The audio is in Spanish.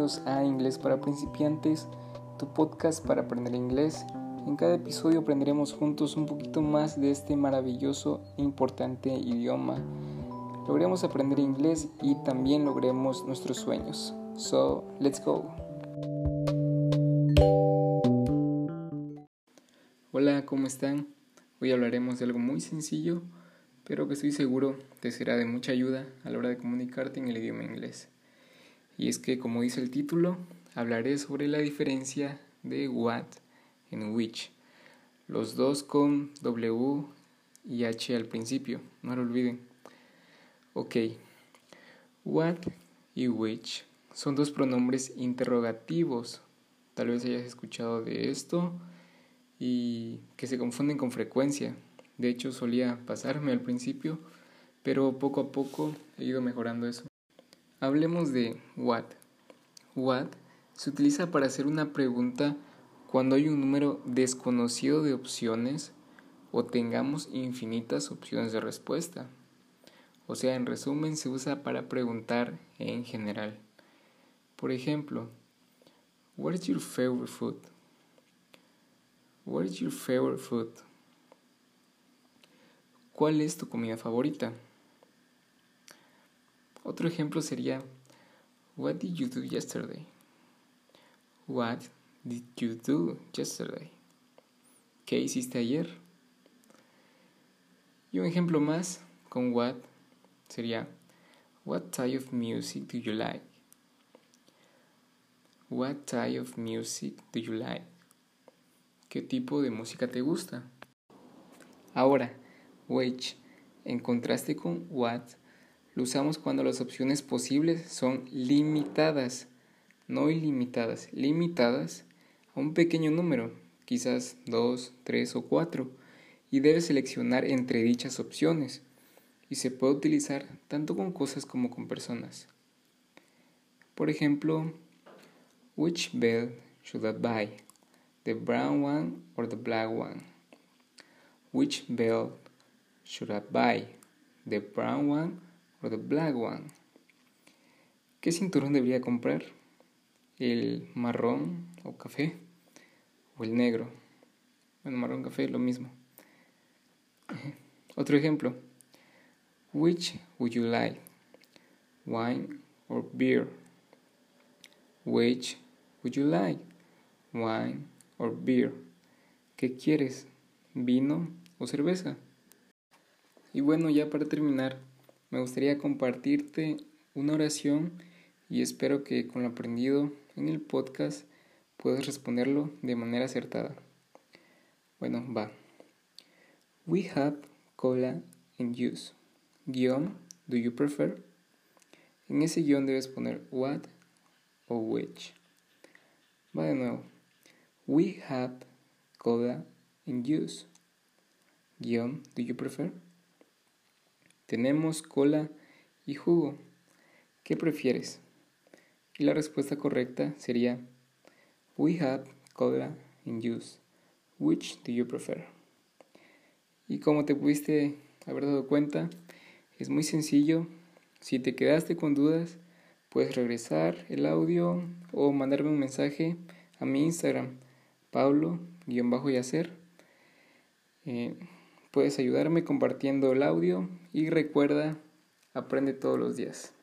bienvenidos a Inglés para Principiantes, tu podcast para aprender inglés. En cada episodio aprenderemos juntos un poquito más de este maravilloso e importante idioma. Logremos aprender inglés y también logremos nuestros sueños. So, let's go! Hola, ¿cómo están? Hoy hablaremos de algo muy sencillo, pero que estoy seguro te será de mucha ayuda a la hora de comunicarte en el idioma inglés. Y es que, como dice el título, hablaré sobre la diferencia de what en which, los dos con W y H al principio, no lo olviden. Ok, what y which son dos pronombres interrogativos. Tal vez hayas escuchado de esto y que se confunden con frecuencia. De hecho, solía pasarme al principio, pero poco a poco he ido mejorando eso. Hablemos de what. What se utiliza para hacer una pregunta cuando hay un número desconocido de opciones o tengamos infinitas opciones de respuesta. O sea, en resumen, se usa para preguntar en general. Por ejemplo, what is your favorite food? What is your favorite food? ¿Cuál es tu comida favorita? Otro ejemplo sería, what did you do yesterday? What did you do yesterday? ¿Qué hiciste ayer? Y un ejemplo más con what sería, what type of music do you like? What type of music do you like? ¿Qué tipo de música te gusta? Ahora, which, en contraste con what, lo usamos cuando las opciones posibles son limitadas, no ilimitadas, limitadas a un pequeño número, quizás 2, 3 o 4, y debes seleccionar entre dichas opciones, y se puede utilizar tanto con cosas como con personas. Por ejemplo, which belt should I buy? The brown one or the black one? Which belt should I buy? The brown one or the black one? ¿Qué cinturón debería comprar? ¿El marrón o café? ¿O el negro? Bueno, marrón, café, lo mismo. Otro ejemplo. Which would you like? Wine or beer? Which would you like? Wine or beer? ¿Qué quieres? ¿Vino o cerveza? Y bueno, ya para terminar, me gustaría compartirte una oración y espero que con lo aprendido en el podcast puedas responderlo de manera acertada. Bueno, va. We have cola and juice. Guión, do you prefer? En ese guión debes poner what o which. Va de nuevo. We have cola and juice. Guión, do you prefer? Tenemos cola y jugo. ¿Qué prefieres? Y la respuesta correcta sería we have cola and juice. Which do you prefer? Y como te pudiste haber dado cuenta, es muy sencillo. Si te quedaste con dudas, puedes regresar el audio o mandarme un mensaje a mi Instagram, Paulo_Yacer. Puedes ayudarme compartiendo el audio y recuerda, aprende todos los días.